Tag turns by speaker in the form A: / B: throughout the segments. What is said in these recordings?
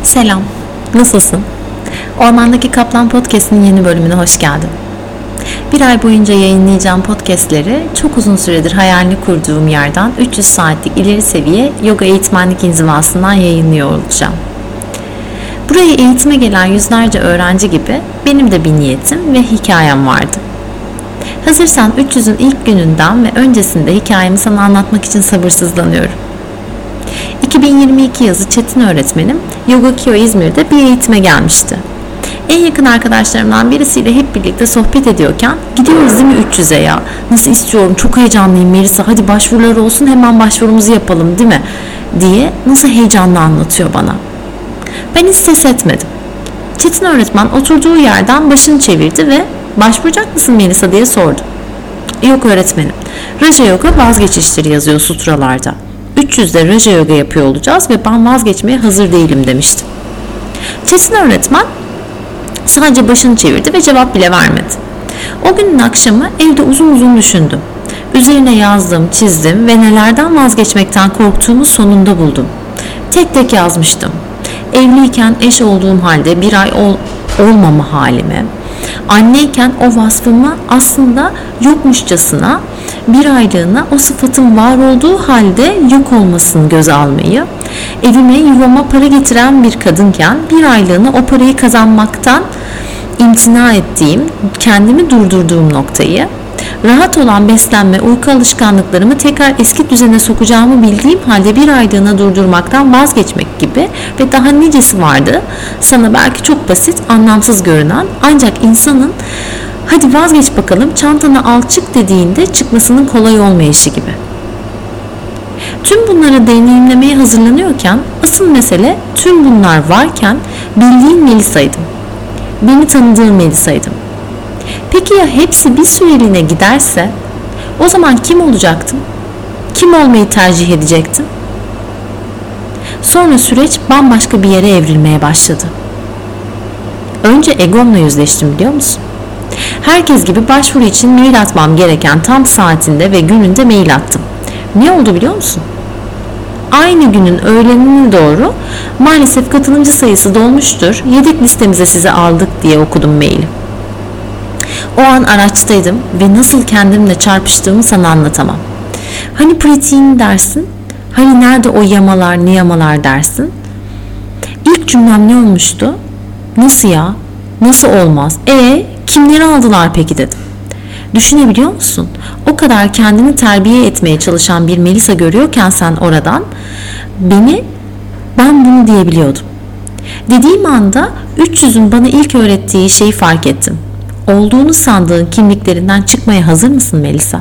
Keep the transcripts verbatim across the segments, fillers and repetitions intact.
A: Selam, nasılsın? Ormandaki Kaplan Podcast'in yeni bölümüne hoş geldin. Bir ay boyunca yayınlayacağım podcastleri çok uzun süredir hayalini kurduğum yerden üç yüz saatlik ileri seviye yoga eğitmenlik inzivasından yayınlıyor olacağım. Buraya eğitime gelen yüzlerce öğrenci gibi benim de bir niyetim ve hikayem vardı. Hazırsan üç yüzün ilk gününden ve öncesinde hikayemi sana anlatmak için sabırsızlanıyorum. iki bin yirmi iki yazı Çetin öğretmenim Yoga Kyo İzmir'de bir eğitime gelmişti. En yakın arkadaşlarımdan birisiyle hep birlikte sohbet ediyorken gidiyoruz değil mi üç yüze ya? Nasıl istiyorum, çok heyecanlıyım Melisa, hadi başvurular olsun, hemen başvurumuzu yapalım değil mi? Diye nasıl heyecanlı anlatıyor bana. Ben hiç ses etmedim. Çetin öğretmen oturduğu yerden başını çevirdi ve başvuracak mısın Melisa diye sordu. Yok öğretmenim, Raja Yoga vazgeçişleri yazıyor sutralarda. üç yüzde Raja Yoga yapıyor olacağız ve ben vazgeçmeye hazır değilim demiştim. Çetin öğretmen sadece başını çevirdi ve cevap bile vermedi. O günün akşamı evde uzun uzun düşündüm. Üzerine yazdım, çizdim ve nelerden vazgeçmekten korktuğumu sonunda buldum. Tek tek yazmıştım. Evliyken eş olduğum halde bir ay ol, olmama halimi, anneyken o vasfımı aslında yokmuşçasına bir aylığına o sıfatın var olduğu halde yok olmasını göze almayı, evime yuvama para getiren bir kadınken bir aylığına o parayı kazanmaktan imtina ettiğim, kendimi durdurduğum noktayı, rahat olan beslenme, uyku alışkanlıklarımı tekrar eski düzene sokacağımı bildiğim halde bir aylığına durdurmaktan vazgeçmek gibi ve daha nicesi vardı. Sana belki çok basit, anlamsız görünen ancak insanın hadi vazgeç bakalım çantanı al çık dediğinde çıkmasının kolay olmayışı gibi. Tüm bunları deneyimlemeye hazırlanıyorken asıl mesele tüm bunlar varken bildiğin Melisa'ydım. Beni tanıdığın Melisa'ydım. Peki ya hepsi bir süreliğine giderse o zaman kim olacaktım? Kim olmayı tercih edecektim? Sonra süreç bambaşka bir yere evrilmeye başladı. Önce egomla yüzleştim biliyor musun? Herkes gibi başvuru için mail atmam gereken tam saatinde ve gününde mail attım. Ne oldu biliyor musun? Aynı günün öğlenine doğru maalesef katılımcı sayısı dolmuştur, yedek listemize sizi aldık diye okudum maili. O an araçtaydım ve nasıl kendimle çarpıştığımı sana anlatamam. Hani pratiğin dersin, hani nerede o yamalar ne yamalar dersin. İlk cümlem ne olmuştu? Nasıl ya? Nasıl olmaz? E kimleri aldılar peki dedim. Düşünebiliyor musun? O kadar kendini terbiye etmeye çalışan bir Melisa görüyorken sen oradan beni, ben bunu diyebiliyordum. Dediğim anda üç yüzün bana ilk öğrettiği şeyi fark ettim. Olduğunu sandığın kimliklerinden çıkmaya hazır mısın Melisa?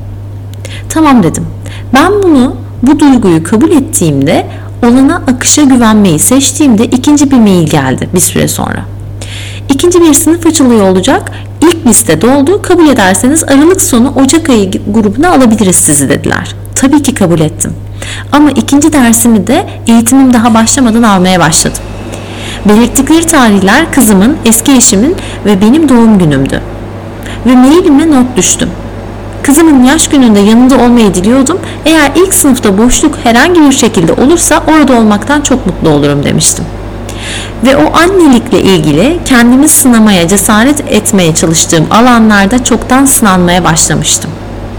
A: Tamam dedim. Ben bunu, bu duyguyu kabul ettiğimde, olana akışa güvenmeyi seçtiğimde ikinci bir mail geldi bir süre sonra. İkinci bir sınıf açılıyor olacak. İlk liste doldu. Kabul ederseniz Aralık sonu Ocak ayı grubuna alabiliriz sizi dediler. Tabii ki kabul ettim. Ama ikinci dersimi de eğitimim daha başlamadan almaya başladım. Belirttikleri tarihler kızımın, eski eşimin ve benim doğum günümdü. Ve mailime not düştüm. Kızımın yaş gününde yanında olmayı diliyordum. Eğer ilk sınıfta boşluk herhangi bir şekilde olursa orada olmaktan çok mutlu olurum demiştim. Ve o annelikle ilgili kendimi sınamaya, cesaret etmeye çalıştığım alanlarda çoktan sınanmaya başlamıştım.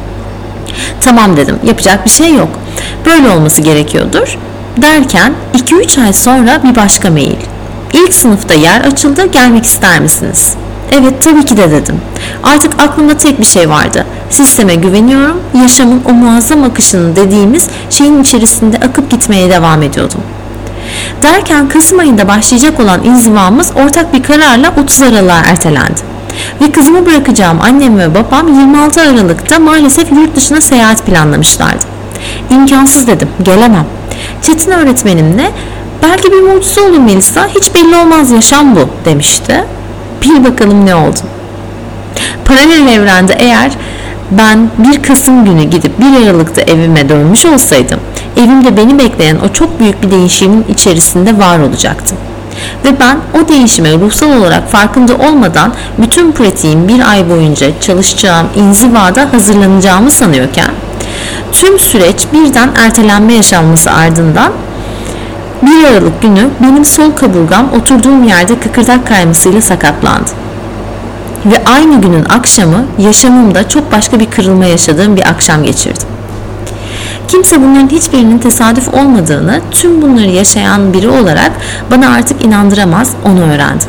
A: Tamam dedim, yapacak bir şey yok. Böyle olması gerekiyordur. Derken iki üç ay sonra bir başka mail. İlk sınıfta yer açıldı, gelmek ister misiniz? Evet tabii ki de dedim. Artık aklımda tek bir şey vardı. Sisteme güveniyorum, yaşamın o muazzam akışının dediğimiz şeyin içerisinde akıp gitmeye devam ediyordum. Derken Kasım ayında başlayacak olan inzivamız ortak bir kararla otuz Aralık'a ertelendi. Ve kızımı bırakacağım annem ve babam yirmi altı Aralık'ta maalesef yurt dışına seyahat planlamışlardı. İmkansız dedim, gelemem. Çetin öğretmenimle belki bir mucize olur Melisa, hiç belli olmaz yaşam bu demişti. Bil bakalım ne oldu. Paralel evrende eğer ben bir Kasım günü gidip bir Aralık'ta evime dönmüş olsaydım, evimde beni bekleyen o çok büyük bir değişimin içerisinde var olacaktım. Ve ben o değişime ruhsal olarak farkında olmadan bütün pratiğim bir ay boyunca çalışacağım inzivada hazırlanacağımı sanıyorken, tüm süreç birden ertelenme yaşanması ardından bir bir Aralık günü benim sol kaburgam oturduğum yerde kıkırdak kaymasıyla sakatlandı. Ve aynı günün akşamı yaşamımda çok başka bir kırılma yaşadığım bir akşam geçirdim. Kimse bunların hiçbirinin tesadüf olmadığını, tüm bunları yaşayan biri olarak bana artık inandıramaz, onu öğrendim.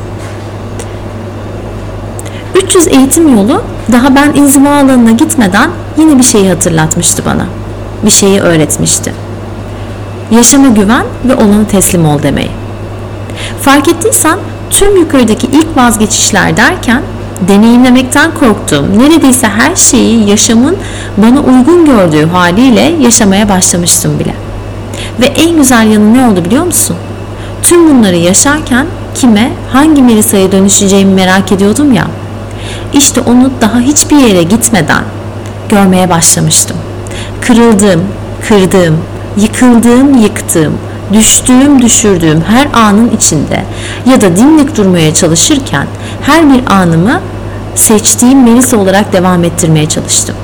A: üç yüz eğitim yolu daha ben inziva alanına gitmeden yine bir şeyi hatırlatmıştı bana. Bir şeyi öğretmişti. Yaşama güven ve olana teslim ol demeyi. Fark ettiysen tüm yukarıdaki ilk vazgeçişler derken deneyimlemekten korktuğum neredeyse her şeyi yaşamın bana uygun gördüğü haliyle yaşamaya başlamıştım bile. Ve en güzel yanı ne oldu biliyor musun? Tüm bunları yaşarken kime, hangi Melisa'ya dönüşeceğimi merak ediyordum ya. İşte onu daha hiçbir yere gitmeden görmeye başlamıştım. Kırıldığım, kırdığım, yıkıldığım, yıktığım, düştüğüm, düşürdüğüm her anın içinde ya da dimdik durmaya çalışırken her bir anımı seçtiğim Melisa olarak devam ettirmeye çalıştım.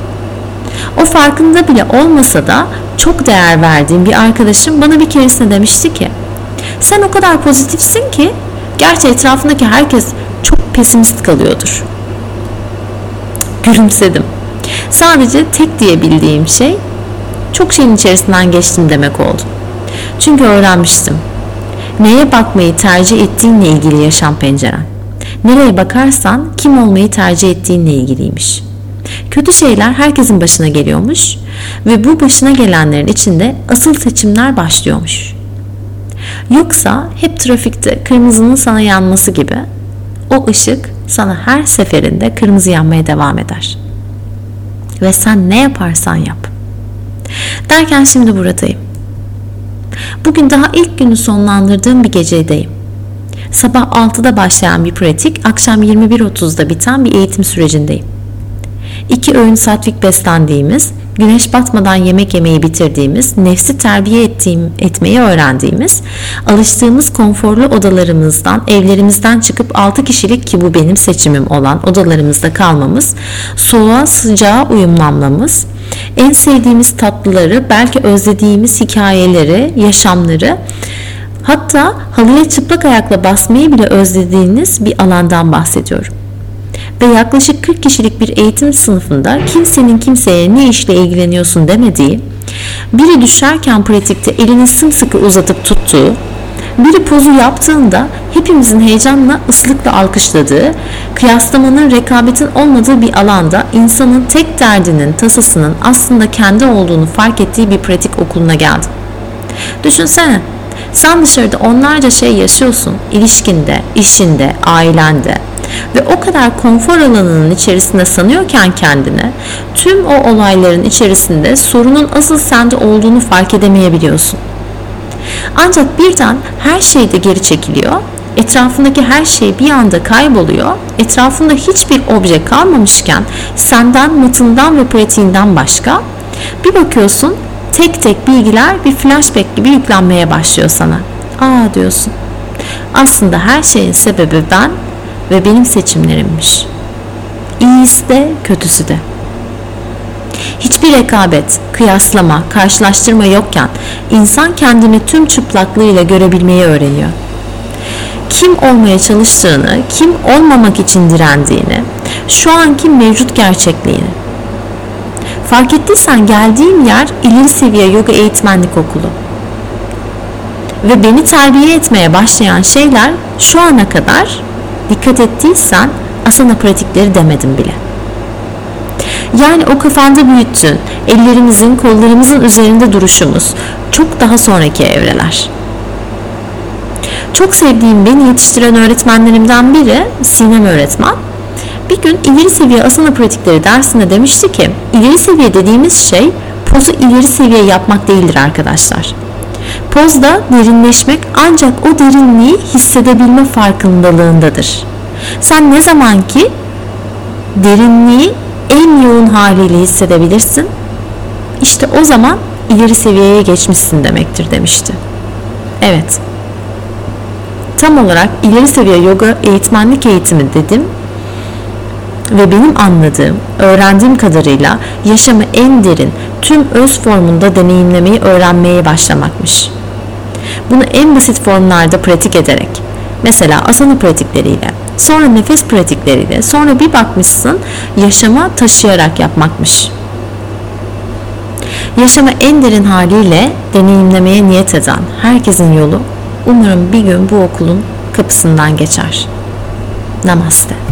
A: O farkında bile olmasa da çok değer verdiğim bir arkadaşım bana bir keresinde demişti ki, sen o kadar pozitifsin ki gerçi etrafındaki herkes çok pesimist kalıyordur. Gülümsedim. Sadece tek diyebildiğim şey çok şeyin içerisinden geçtim demek oldu. Çünkü öğrenmiştim. Neye bakmayı tercih ettiğinle ilgili yaşam penceren. Nereye bakarsan kim olmayı tercih ettiğinle ilgiliymiş. Kötü şeyler herkesin başına geliyormuş ve bu başına gelenlerin içinde asıl seçimler başlıyormuş. Yoksa hep trafikte kırmızının sana yanması gibi o ışık sana her seferinde kırmızı yanmaya devam eder. Ve sen ne yaparsan yap. Derken şimdi buradayım. Bugün daha ilk günü sonlandırdığım bir gecedeyim. Sabah altıda başlayan bir pratik, akşam yirmi bir otuzda biten bir eğitim sürecindeyim. İki öğün satvik beslendiğimiz, güneş batmadan yemek yemeyi bitirdiğimiz, nefsi terbiye ettiğim, etmeyi öğrendiğimiz, alıştığımız konforlu odalarımızdan, evlerimizden çıkıp altı kişilik ki bu benim seçimim olan odalarımızda kalmamız, soğuğa sıcağa uyumlanmamız, en sevdiğimiz tatlıları, belki özlediğimiz hikayeleri, yaşamları, hatta halıya çıplak ayakla basmayı bile özlediğiniz bir alandan bahsediyorum. Ve yaklaşık kırk kişilik bir eğitim sınıfında kimsenin kimseye ne işle ilgileniyorsun demediği, biri düşerken pratikte elini sımsıkı uzatıp tuttuğu, biri pozu yaptığında hepimizin heyecanla ıslıkla alkışladığı, kıyaslamanın, rekabetin olmadığı bir alanda insanın tek derdinin, tasasının aslında kendi olduğunu fark ettiği bir pratik okuluna geldim. Düşünsene, sen dışarıda onlarca şey yaşıyorsun, ilişkinde, işinde, ailende ve o kadar konfor alanının içerisinde sanıyorken kendini, tüm o olayların içerisinde sorunun asıl sende olduğunu fark edemeyebiliyorsun. Ancak birden her şey de geri çekiliyor, etrafındaki her şey bir anda kayboluyor, etrafında hiçbir obje kalmamışken senden, mıtından ve pratiğinden başka bir bakıyorsun tek tek bilgiler bir flashback gibi yüklenmeye başlıyor sana. Aa diyorsun, aslında her şeyin sebebi ben ve benim seçimlerimmiş. İyisi de kötüsü de. Hiçbir rekabet, kıyaslama, karşılaştırma yokken insan kendini tüm çıplaklığıyla görebilmeyi öğreniyor. Kim olmaya çalıştığını, kim olmamak için direndiğini, şu anki mevcut gerçekliğini. Fark ettiysen geldiğim yer ileri seviye yoga eğitmenlik okulu. Ve beni terbiye etmeye başlayan şeyler şu ana kadar, dikkat ettiysen, asana pratikleri demedim bile. Yani o kafanda büyüttüğün, ellerimizin, kollarımızın üzerinde duruşumuz çok daha sonraki evreler. Çok sevdiğim, beni yetiştiren öğretmenlerimden biri, Sinem öğretmen, bir gün ileri seviye asana pratikleri dersinde demişti ki, ileri seviye dediğimiz şey pozu ileri seviye yapmak değildir arkadaşlar. Pozda derinleşmek ancak o derinliği hissedebilme farkındalığındadır. Sen ne zaman ki derinliği en yoğun haliyle hissedebilirsin, işte o zaman ileri seviyeye geçmişsin demektir demişti. Evet, tam olarak ileri seviye yoga eğitmenlik eğitimi dedim ve benim anladığım, öğrendiğim kadarıyla yaşamı en derin, tüm öz formunda deneyimlemeyi öğrenmeye başlamakmış. Bunu en basit formlarda pratik ederek, mesela asana pratikleriyle, sonra nefes pratikleriyle, sonra bir bakmışsın yaşama taşıyarak yapmakmış. Yaşama en derin haliyle deneyimlemeye niyet eden herkesin yolu umarım bir gün bu okulun kapısından geçer. Namaste.